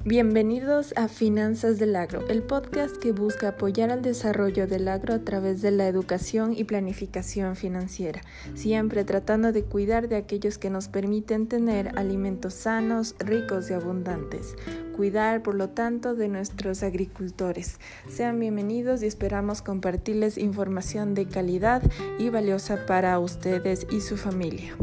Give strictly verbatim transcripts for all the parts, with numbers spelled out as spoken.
Bienvenidos a Finanzas del Agro, el podcast que busca apoyar al desarrollo del agro a través de la educación y planificación financiera, siempre tratando de cuidar de aquellos que nos permiten tener alimentos sanos, ricos y abundantes. Cuidar, por lo tanto, de nuestros agricultores. Sean bienvenidos y esperamos compartirles información de calidad y valiosa para ustedes y su familia.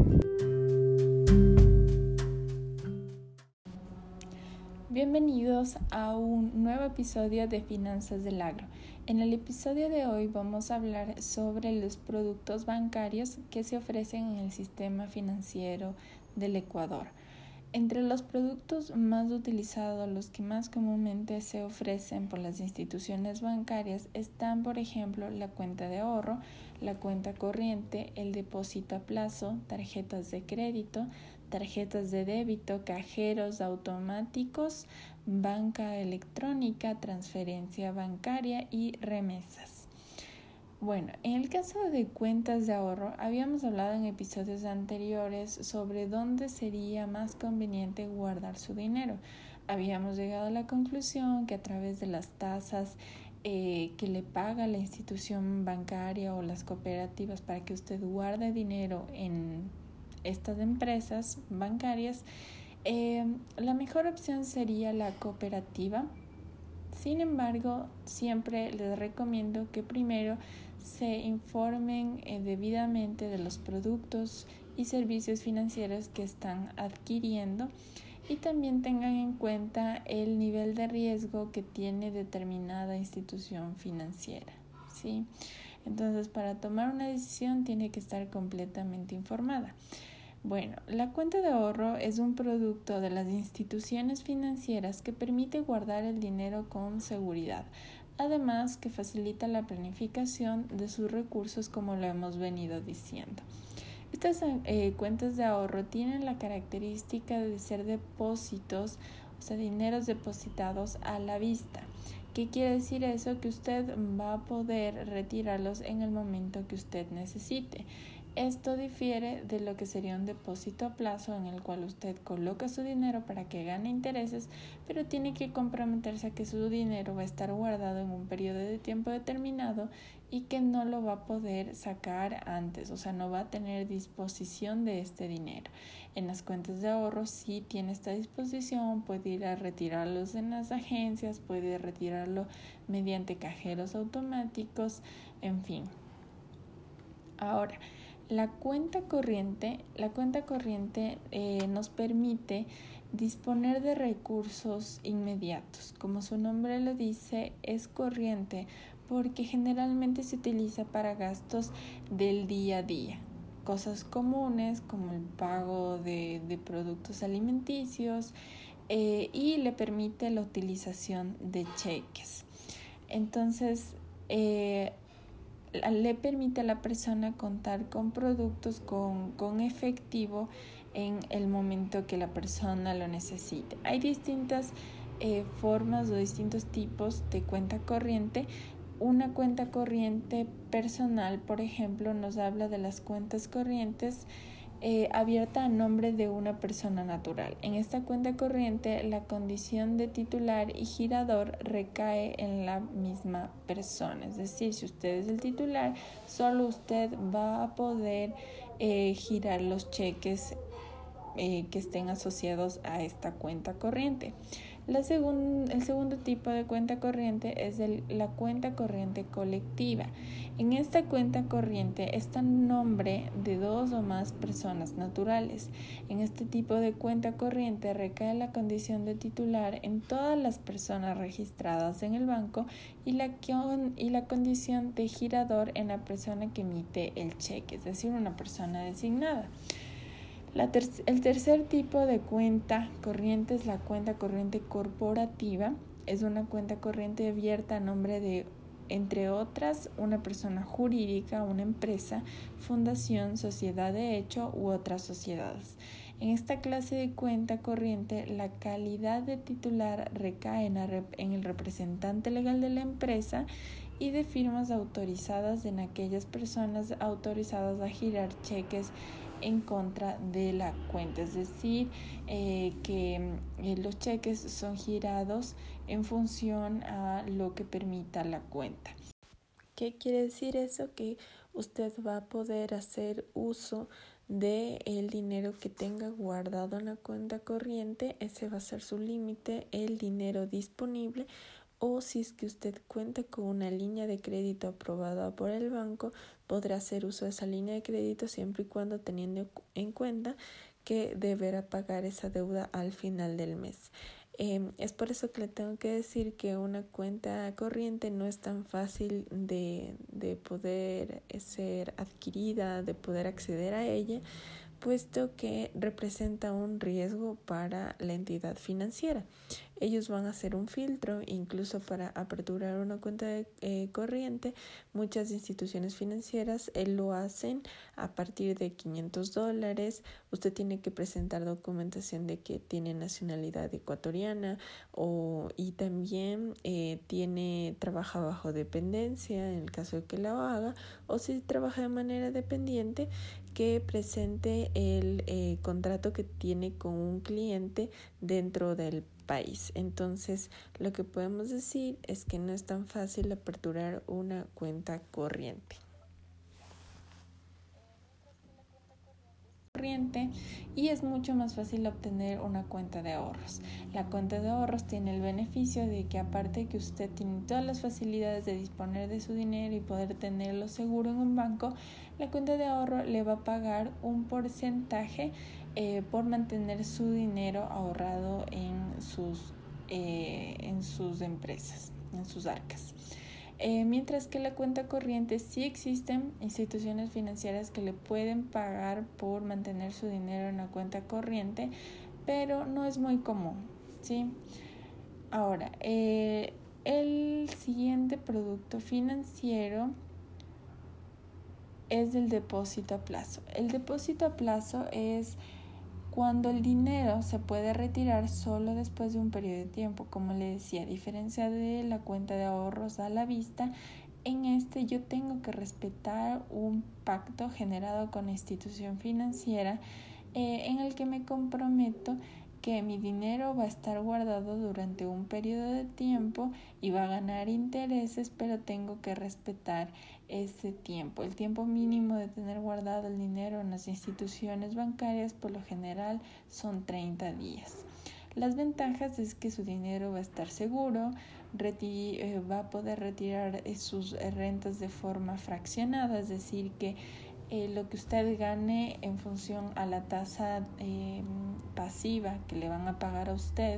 Bienvenidos a un nuevo episodio de Finanzas del Agro. En el episodio de hoy vamos a hablar sobre los productos bancarios que se ofrecen en el sistema financiero del Ecuador. Entre los productos más utilizados, los que más comúnmente se ofrecen por las instituciones bancarias están, por ejemplo, la cuenta de ahorro, la cuenta corriente, el depósito a plazo, tarjetas de crédito, tarjetas de débito, cajeros automáticos, banca electrónica, transferencia bancaria y remesas. Bueno, en el caso de cuentas de ahorro, habíamos hablado en episodios anteriores sobre dónde sería más conveniente guardar su dinero. Habíamos llegado a la conclusión que a través de las tasas eh, que le paga la institución bancaria o las cooperativas para que usted guarde dinero en estas empresas bancarias, eh, la mejor opción sería la cooperativa. Sin embargo, siempre les recomiendo que primero se informen eh, debidamente de los productos y servicios financieros que están adquiriendo y también tengan en cuenta el nivel de riesgo que tiene determinada institución financiera, ¿sí? Entonces, para tomar una decisión tiene que estar completamente informada. Bueno, la cuenta de ahorro es un producto de las instituciones financieras que permite guardar el dinero con seguridad, además que facilita la planificación de sus recursos, como lo hemos venido diciendo. Estas eh, cuentas de ahorro tienen la característica de ser depósitos, o sea, dineros depositados a la vista. ¿Qué quiere decir eso? Que usted va a poder retirarlos en el momento que usted necesite. Esto difiere de lo que sería un depósito a plazo en el cual usted coloca su dinero para que gane intereses, pero tiene que comprometerse a que su dinero va a estar guardado en un periodo de tiempo determinado y que no lo va a poder sacar antes, o sea, no va a tener disposición de este dinero. En las cuentas de ahorro sí tiene esta disposición, puede ir a retirarlos en las agencias, puede retirarlo mediante cajeros automáticos, en fin. Ahora, La cuenta corriente, la cuenta corriente eh, nos permite disponer de recursos inmediatos. Como su nombre lo dice, es corriente porque generalmente se utiliza para gastos del día a día. Cosas comunes como el pago de, de productos alimenticios eh, y le permite la utilización de cheques. Entonces, eh, le permite a la persona contar con productos con, con efectivo en el momento que la persona lo necesite. Hay distintas eh, formas o distintos tipos de cuenta corriente. Una cuenta corriente personal, por ejemplo, nos habla de las cuentas corrientes Eh, abierta a nombre de una persona natural. En esta cuenta corriente, la condición de titular y girador recae en la misma persona. Es decir, si usted es el titular, solo usted va a poder eh, girar los cheques eh, que estén asociados a esta cuenta corriente. La segun, el segundo tipo de cuenta corriente es el, la cuenta corriente colectiva. En esta cuenta corriente está el nombre de dos o más personas naturales. En este tipo de cuenta corriente recae la condición de titular en todas las personas registradas en el banco y la, y la condición de girador en la persona que emite el cheque, es decir, una persona designada. La ter- el tercer tipo de cuenta corriente es la cuenta corriente corporativa. Es una cuenta corriente abierta a nombre de, entre otras, una persona jurídica, una empresa, fundación, sociedad de hecho u otras sociedades. En esta clase de cuenta corriente, la calidad de titular recae en, la rep- en el representante legal de la empresa y de firmas autorizadas en aquellas personas autorizadas a girar cheques en contra de la cuenta, es decir, eh, que eh, los cheques son girados en función a lo que permita la cuenta. ¿Qué quiere decir eso? Que usted va a poder hacer uso de el dinero que tenga guardado en la cuenta corriente. Ese va a ser su límite, el dinero disponible, o si es que usted cuenta con una línea de crédito aprobada por el banco, podrá hacer uso de esa línea de crédito siempre y cuando teniendo en cuenta que deberá pagar esa deuda al final del mes. Eh, es por eso que le tengo que decir que una cuenta corriente no es tan fácil de, de poder ser adquirida, de poder acceder a ella, puesto que representa un riesgo para la entidad financiera. Ellos van a hacer un filtro, incluso para aperturar una cuenta de, eh, corriente. Muchas instituciones financieras eh, lo hacen a partir de quinientos dólares. Usted tiene que presentar documentación de que tiene nacionalidad ecuatoriana o, y también eh, tiene trabaja bajo dependencia en el caso de que lo haga, o si trabaja de manera dependiente, que presente el eh, contrato que tiene con un cliente dentro del país. Entonces, lo que podemos decir es que no es tan fácil aperturar una cuenta corriente. corriente y es mucho más fácil obtener una cuenta de ahorros. La cuenta de ahorros tiene el beneficio de que, aparte de que usted tiene todas las facilidades de disponer de su dinero y poder tenerlo seguro en un banco, la cuenta de ahorro le va a pagar un porcentaje eh, por mantener su dinero ahorrado en sus, eh, en sus empresas, en sus arcas. Eh, mientras que la cuenta corriente, sí existen instituciones financieras que le pueden pagar por mantener su dinero en la cuenta corriente, pero no es muy común, ¿sí? Ahora, eh, el siguiente producto financiero es el depósito a plazo. El depósito a plazo es cuando el dinero se puede retirar solo después de un periodo de tiempo. Como le decía, a diferencia de la cuenta de ahorros a la vista, en este yo tengo que respetar un pacto generado con la institución financiera eh, en el que me comprometo que mi dinero va a estar guardado durante un periodo de tiempo y va a ganar intereses, pero tengo que respetar ese tiempo. El tiempo mínimo de tener guardado el dinero en las instituciones bancarias por lo general son treinta días. Las ventajas es que su dinero va a estar seguro, reti- eh, va a poder retirar sus rentas de forma fraccionada, es decir, que Eh, lo que usted gane en función a la tasa eh, pasiva que le van a pagar a usted,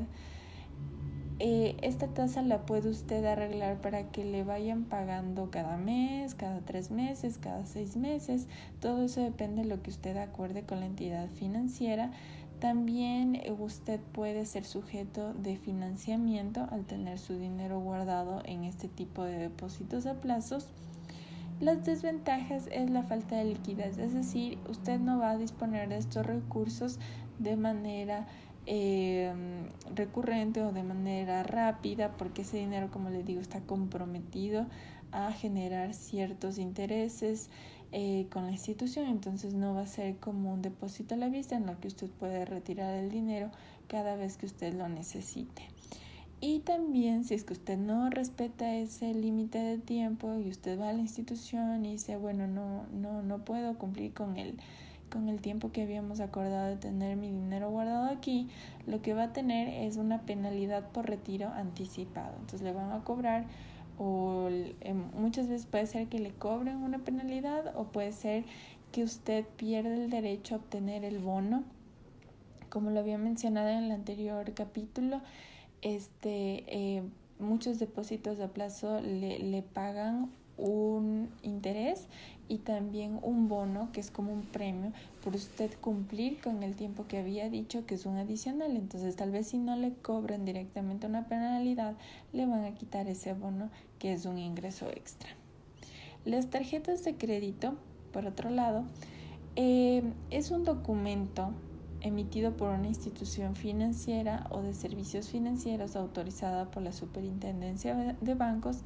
eh, esta tasa la puede usted arreglar para que le vayan pagando cada mes, cada tres meses, cada seis meses. Todo eso depende de lo que usted acuerde con la entidad financiera. También eh, usted puede ser sujeto de financiamiento al tener su dinero guardado en este tipo de depósitos a plazos. Las desventajas es la falta de liquidez, es decir, usted no va a disponer de estos recursos de manera eh, recurrente o de manera rápida, porque ese dinero, como le digo, está comprometido a generar ciertos intereses eh, con la institución. Entonces no va a ser como un depósito a la vista en lo que usted puede retirar el dinero cada vez que usted lo necesite. Y también, si es que usted no respeta ese límite de tiempo y usted va a la institución y dice, bueno, no, no, no puedo cumplir con el, con el tiempo que habíamos acordado de tener mi dinero guardado aquí, lo que va a tener es una penalidad por retiro anticipado. Entonces le van a cobrar, o eh, muchas veces puede ser que le cobren una penalidad, o puede ser que usted pierda el derecho a obtener el bono. Como lo había mencionado en el anterior capítulo, Este, eh, muchos depósitos a plazo le, le pagan un interés y también un bono, que es como un premio por usted cumplir con el tiempo que había dicho, que es un adicional. Entonces, tal vez si no le cobran directamente una penalidad, le van a quitar ese bono, que es un ingreso extra. Las tarjetas de crédito, por otro lado, eh, es un documento emitido por una institución financiera o de servicios financieros autorizada por la Superintendencia de Bancos,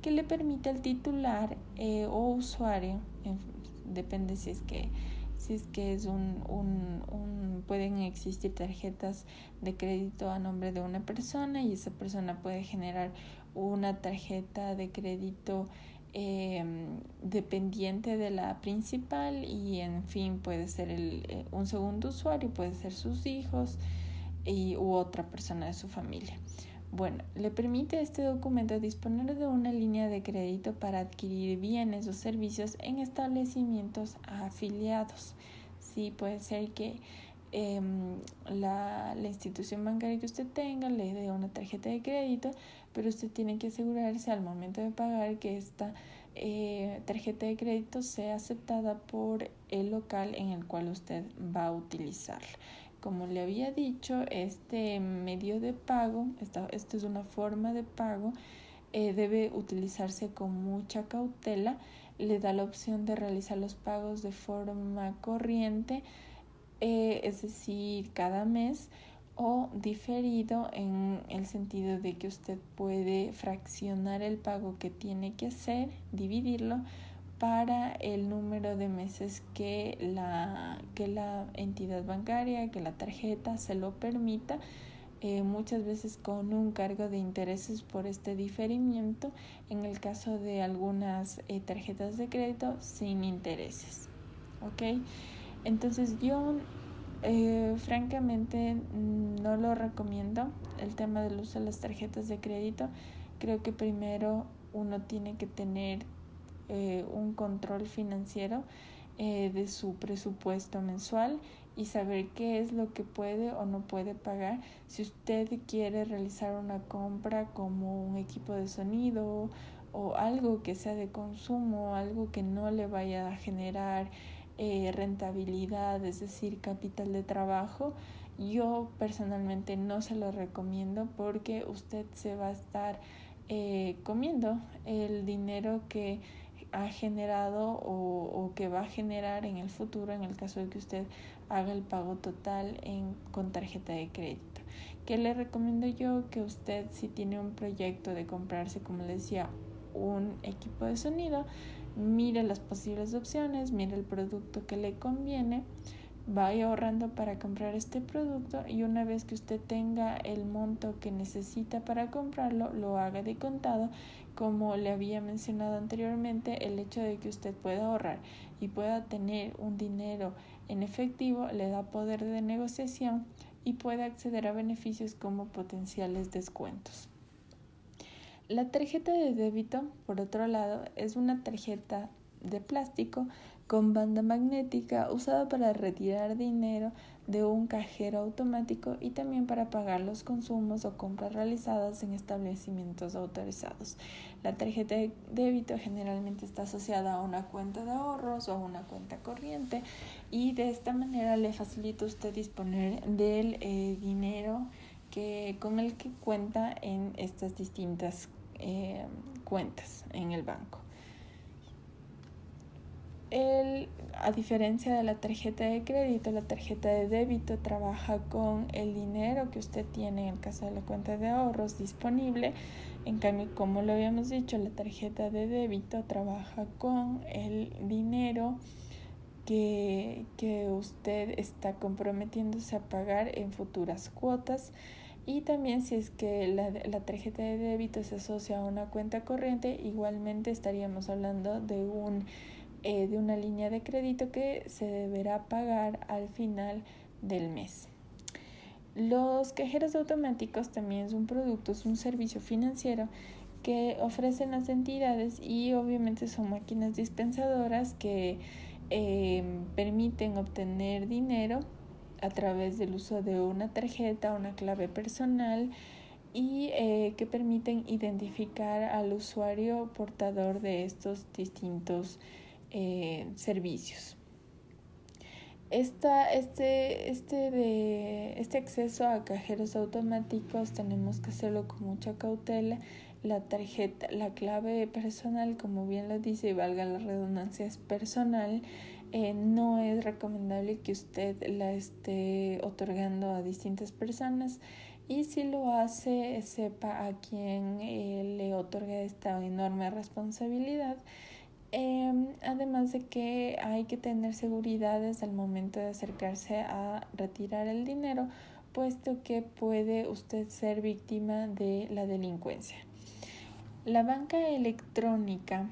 que le permite al titular eh, o usuario, en, depende si es que si es que es un, un, un pueden existir tarjetas de crédito a nombre de una persona y esa persona puede generar una tarjeta de crédito eh, dependiente de la principal y en fin puede ser el, eh, un segundo usuario, puede ser sus hijos y, u otra persona de su familia. Bueno, le permite este documento disponer de una línea de crédito para adquirir bienes o servicios en establecimientos afiliados. Sí, puede ser que eh, la, la institución bancaria que usted tenga le dé una tarjeta de crédito, pero usted tiene que asegurarse al momento de pagar que esta eh, tarjeta de crédito sea aceptada por el local en el cual usted va a utilizarla. Como le había dicho, este medio de pago, esta, esta es una forma de pago, eh, debe utilizarse con mucha cautela. Le da la opción de realizar los pagos de forma corriente, eh, es decir, cada mes, o diferido en el sentido de que usted puede fraccionar el pago que tiene que hacer, dividirlo para el número de meses que la, que la entidad bancaria, que la tarjeta se lo permita, eh, muchas veces con un cargo de intereses por este diferimiento, en el caso de algunas eh, tarjetas de crédito sin intereses. ¿Ok? Entonces yo eh, francamente no lo recomiendo el tema del uso de las tarjetas de crédito. Creo que primero uno tiene que tener Eh, un control financiero eh, de su presupuesto mensual y saber qué es lo que puede o no puede pagar. Si usted quiere realizar una compra como un equipo de sonido o algo que sea de consumo, algo que no le vaya a generar eh, rentabilidad, es decir, capital de trabajo, yo personalmente no se lo recomiendo porque usted se va a estar eh, comiendo el dinero que ha generado o, o que va a generar en el futuro en el caso de que usted haga el pago total en, con tarjeta de crédito. ¿Qué le recomiendo yo? Que usted, si tiene un proyecto de comprarse, como le decía, un equipo de sonido, mire las posibles opciones, mire el producto que le conviene, vaya ahorrando para comprar este producto y una vez que usted tenga el monto que necesita para comprarlo, lo haga de contado. Como le había mencionado anteriormente, el hecho de que usted pueda ahorrar y pueda tener un dinero en efectivo le da poder de negociación y puede acceder a beneficios como potenciales descuentos. La tarjeta de débito, por otro lado, es una tarjeta de plástico con banda magnética usada para retirar dinero de un cajero automático y también para pagar los consumos o compras realizadas en establecimientos autorizados. La tarjeta de débito generalmente está asociada a una cuenta de ahorros o a una cuenta corriente y de esta manera le facilita a usted disponer del eh, dinero que, con el que cuenta en estas distintas eh, cuentas en el banco. El, a diferencia de la tarjeta de crédito, la tarjeta de débito trabaja con el dinero que usted tiene en el caso de la cuenta de ahorros disponible. En cambio, como lo habíamos dicho, la tarjeta de débito trabaja con el dinero que, que usted está comprometiéndose a pagar en futuras cuotas. Y también si es que la, la tarjeta de débito se asocia a una cuenta corriente, igualmente estaríamos hablando de un Eh, de una línea de crédito que se deberá pagar al final del mes. Los cajeros automáticos también es un producto, es un servicio financiero que ofrecen las entidades y obviamente son máquinas dispensadoras que eh, permiten obtener dinero a través del uso de una tarjeta, una clave personal y eh, que permiten identificar al usuario portador de estos distintos Eh, servicios. Esta, este, este, de, este acceso a cajeros automáticos tenemos que hacerlo con mucha cautela. La tarjeta, la clave personal, como bien lo dice y valga la redundancia, es personal. Eh, no es recomendable que usted la esté otorgando a distintas personas y si lo hace, sepa a quién eh, le otorga esta enorme responsabilidad. Eh, además de que hay que tener seguridades al momento de acercarse a retirar el dinero, puesto que puede usted ser víctima de la delincuencia. La banca electrónica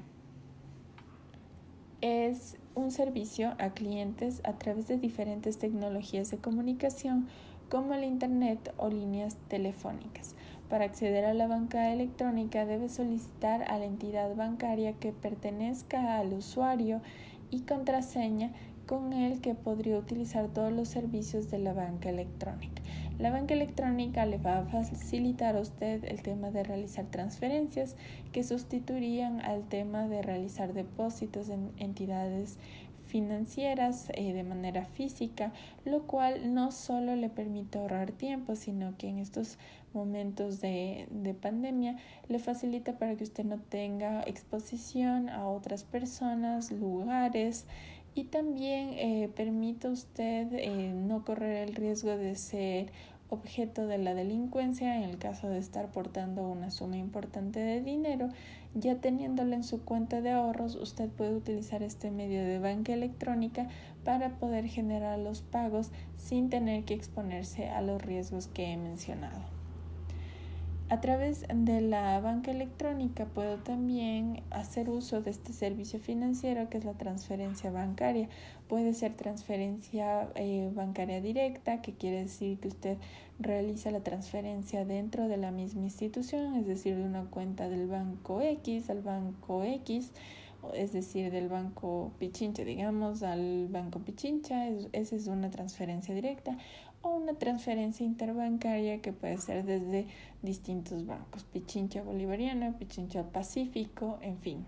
es un servicio a clientes a través de diferentes tecnologías de comunicación como el Internet o líneas telefónicas. Para acceder a la banca electrónica debe solicitar a la entidad bancaria que pertenezca al usuario y contraseña con el que podría utilizar todos los servicios de la banca electrónica. La banca electrónica le va a facilitar a usted el tema de realizar transferencias que sustituirían al tema de realizar depósitos en entidades financieras eh, de manera física, lo cual no solo le permite ahorrar tiempo, sino que en estos momentos de, de pandemia le facilita para que usted no tenga exposición a otras personas, lugares, y también eh, permite a usted eh, no correr el riesgo de ser objeto de la delincuencia en el caso de estar portando una suma importante de dinero. Ya teniéndolo en su cuenta de ahorros, usted puede utilizar este medio de banca electrónica para poder generar los pagos sin tener que exponerse a los riesgos que he mencionado. A través de la banca electrónica puedo también hacer uso de este servicio financiero que es la transferencia bancaria. Puede ser transferencia eh, bancaria directa, que quiere decir que usted realiza la transferencia dentro de la misma institución, es decir, de una cuenta del banco X al banco X, es decir, del banco Pichincha, digamos, al banco Pichincha. Esa es una transferencia directa, o una transferencia interbancaria que puede ser desde distintos bancos, Pichincha Bolivariano, Pichincha Pacífico, en fin.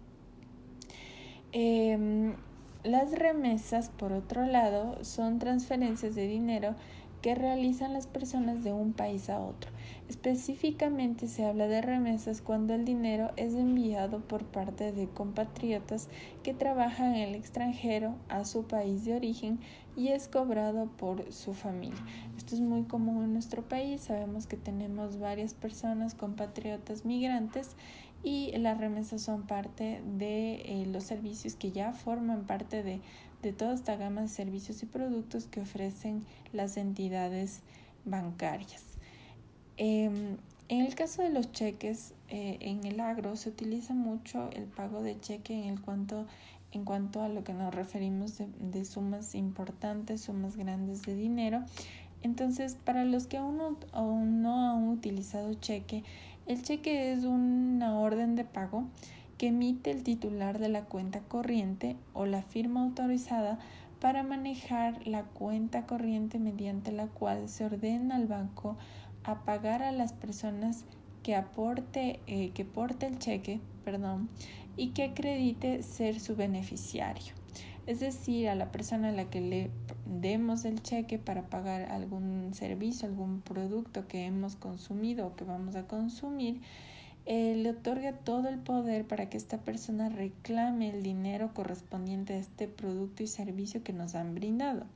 Eh, las remesas, por otro lado, son transferencias de dinero que realizan las personas de un país a otro. Específicamente se habla de remesas cuando el dinero es enviado por parte de compatriotas que trabajan en el extranjero a su país de origen y es cobrado por su familia. Esto es muy común en nuestro país. Sabemos que tenemos varias personas compatriotas migrantes y las remesas son parte de eh, los servicios que ya forman parte de, de toda esta gama de servicios y productos que ofrecen las entidades bancarias. Eh, en el caso de los cheques, eh, en el agro se utiliza mucho el pago de cheque en, el cuanto, en cuanto a lo que nos referimos de, de sumas importantes, sumas grandes de dinero. Entonces, para los que aún no, aún no han utilizado cheque, el cheque es una orden de pago que emite el titular de la cuenta corriente o la firma autorizada para manejar la cuenta corriente mediante la cual se ordena al banco a pagar a las personas que aporte, eh, que porte el cheque, perdón, y que acredite ser su beneficiario. Es decir, a la persona a la que le demos el cheque para pagar algún servicio, algún producto que hemos consumido o que vamos a consumir, eh, le otorga todo el poder para que esta persona reclame el dinero correspondiente a este producto y servicio que nos han brindado.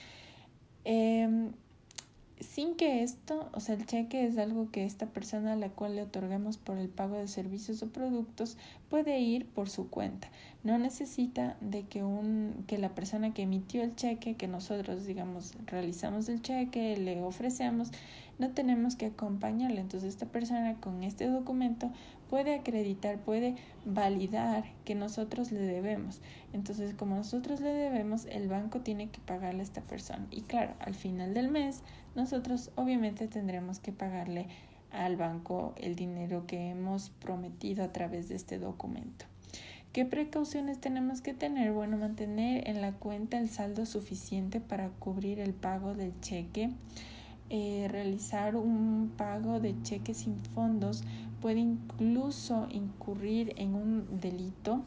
Eh, Sin que esto, o sea, el cheque es algo que esta persona a la cual le otorgamos por el pago de servicios o productos puede ir por su cuenta. No necesita de que, un, que la persona que emitió el cheque, que nosotros, digamos, realizamos el cheque, le ofrecemos, no tenemos que acompañarle. Entonces, esta persona con este documento puede acreditar, puede validar que nosotros le debemos. Entonces, como nosotros le debemos, el banco tiene que pagarle a esta persona. Y claro, al final del mes, nosotros obviamente tendremos que pagarle al banco el dinero que hemos prometido a través de este documento. ¿Qué precauciones tenemos que tener? Bueno, mantener en la cuenta el saldo suficiente para cubrir el pago del cheque. Eh, realizar un pago de cheque sin fondos puede incluso incurrir en un delito.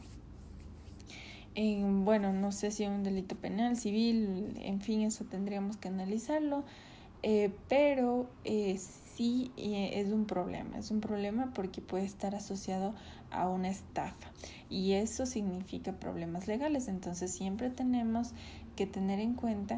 En, bueno, no sé si es un delito penal, civil, en fin, eso tendríamos que analizarlo. Eh, pero eh, sí eh, es un problema, es un problema porque puede estar asociado a una estafa y eso significa problemas legales. Entonces siempre tenemos que tener en cuenta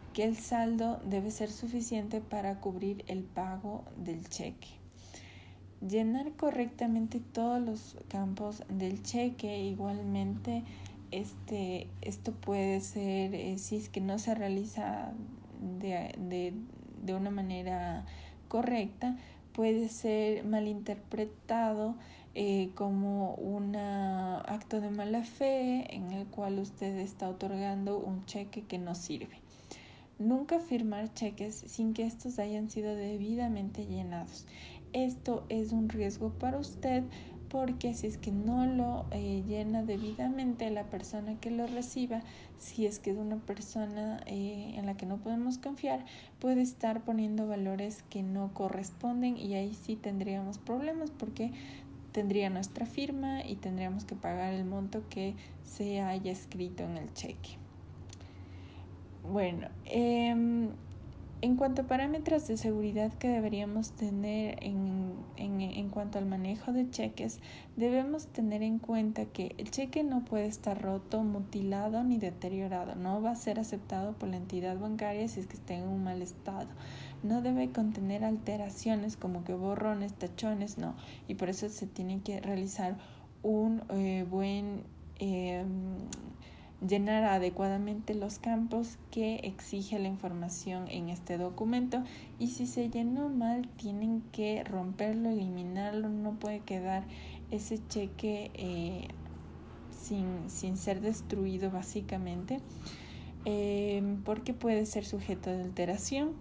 que el saldo debe ser suficiente para cubrir el pago del cheque. Llenar correctamente todos los campos del cheque. Igualmente, este, esto puede ser, eh, si es que no se realiza de, de, de una manera correcta, puede ser malinterpretado eh, como un acto de mala fe en el cual usted está otorgando un cheque que no sirve. Nunca firmar cheques sin que estos hayan sido debidamente llenados. Esto es un riesgo para usted porque si es que no lo eh, llena debidamente la persona que lo reciba, si es que es una persona eh, en la que no podemos confiar, puede estar poniendo valores que no corresponden y ahí sí tendríamos problemas porque tendría nuestra firma y tendríamos que pagar el monto que se haya escrito en el cheque. Bueno, eh, en cuanto a parámetros de seguridad que deberíamos tener en, en, en cuanto al manejo de cheques, debemos tener en cuenta que el cheque no puede estar roto, mutilado ni deteriorado. No va a ser aceptado por la entidad bancaria si es que está en un mal estado. No debe contener alteraciones como que borrones, tachones, no. Y por eso se tiene que realizar un eh, buen... Eh, llenar adecuadamente los campos que exige la información en este documento y si se llenó mal tienen que romperlo, eliminarlo, no puede quedar ese cheque eh, sin, sin ser destruido básicamente eh, porque puede ser sujeto de alteración.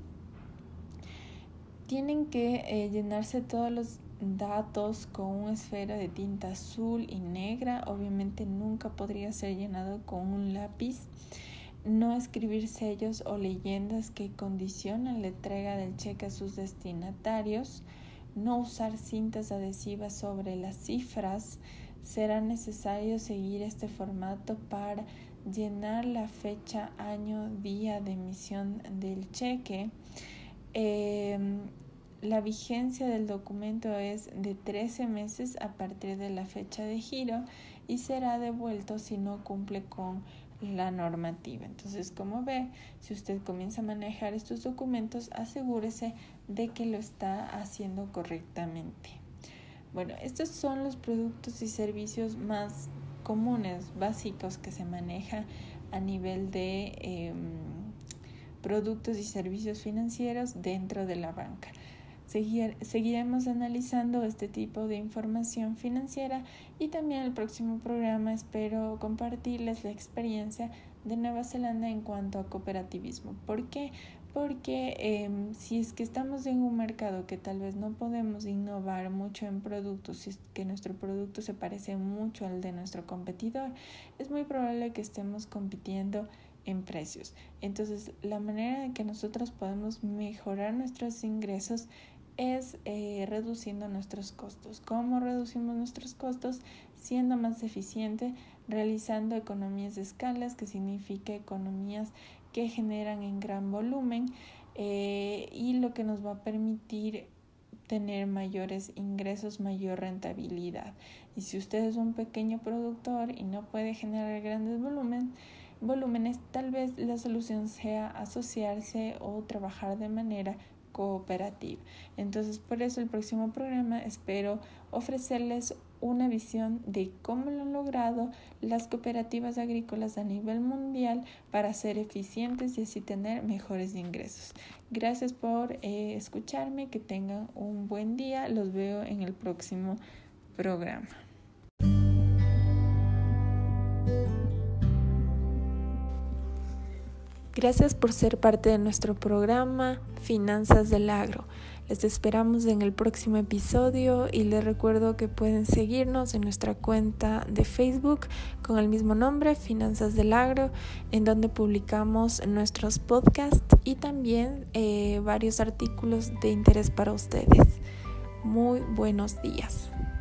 Tienen que eh, llenarse todos los datos con una esfera de tinta azul y negra. Obviamente nunca podría ser llenado con un lápiz. No escribir sellos o leyendas que condicionan la entrega del cheque a sus destinatarios. No usar cintas adhesivas sobre las cifras. Será necesario seguir este formato para llenar la fecha, año, día de emisión del cheque. Eh, La vigencia del documento es de trece meses a partir de la fecha de giro y será devuelto si no cumple con la normativa. Entonces, como ve, si usted comienza a manejar estos documentos, asegúrese de que lo está haciendo correctamente. Bueno, estos son los productos y servicios más comunes, básicos que se maneja a nivel de eh, productos y servicios financieros dentro de la banca. Seguir, seguiremos analizando este tipo de información financiera y también el próximo programa espero compartirles la experiencia de Nueva Zelanda en cuanto a cooperativismo. ¿Por qué? Porque eh, si es que estamos en un mercado que tal vez no podemos innovar mucho en productos, si es que nuestro producto se parece mucho al de nuestro competidor, es muy probable que estemos compitiendo en precios. Entonces, la manera en que nosotros podemos mejorar nuestros ingresos es eh, reduciendo nuestros costos. ¿Cómo reducimos nuestros costos? Siendo más eficiente, realizando economías de escalas, que significa economías que generan en gran volumen eh, y lo que nos va a permitir tener mayores ingresos, mayor rentabilidad. Y si usted es un pequeño productor y no puede generar grandes volumen, volúmenes, tal vez la solución sea asociarse o trabajar de manera cooperativa. Entonces, por eso el próximo programa espero ofrecerles una visión de cómo lo han logrado las cooperativas agrícolas a nivel mundial para ser eficientes y así tener mejores ingresos. Gracias por eh, escucharme, que tengan un buen día, los veo en el próximo programa. Gracias por ser parte de nuestro programa Finanzas del Agro. Les esperamos en el próximo episodio y les recuerdo que pueden seguirnos en nuestra cuenta de Facebook con el mismo nombre, Finanzas del Agro, en donde publicamos nuestros podcasts y también eh, varios artículos de interés para ustedes. Muy buenos días.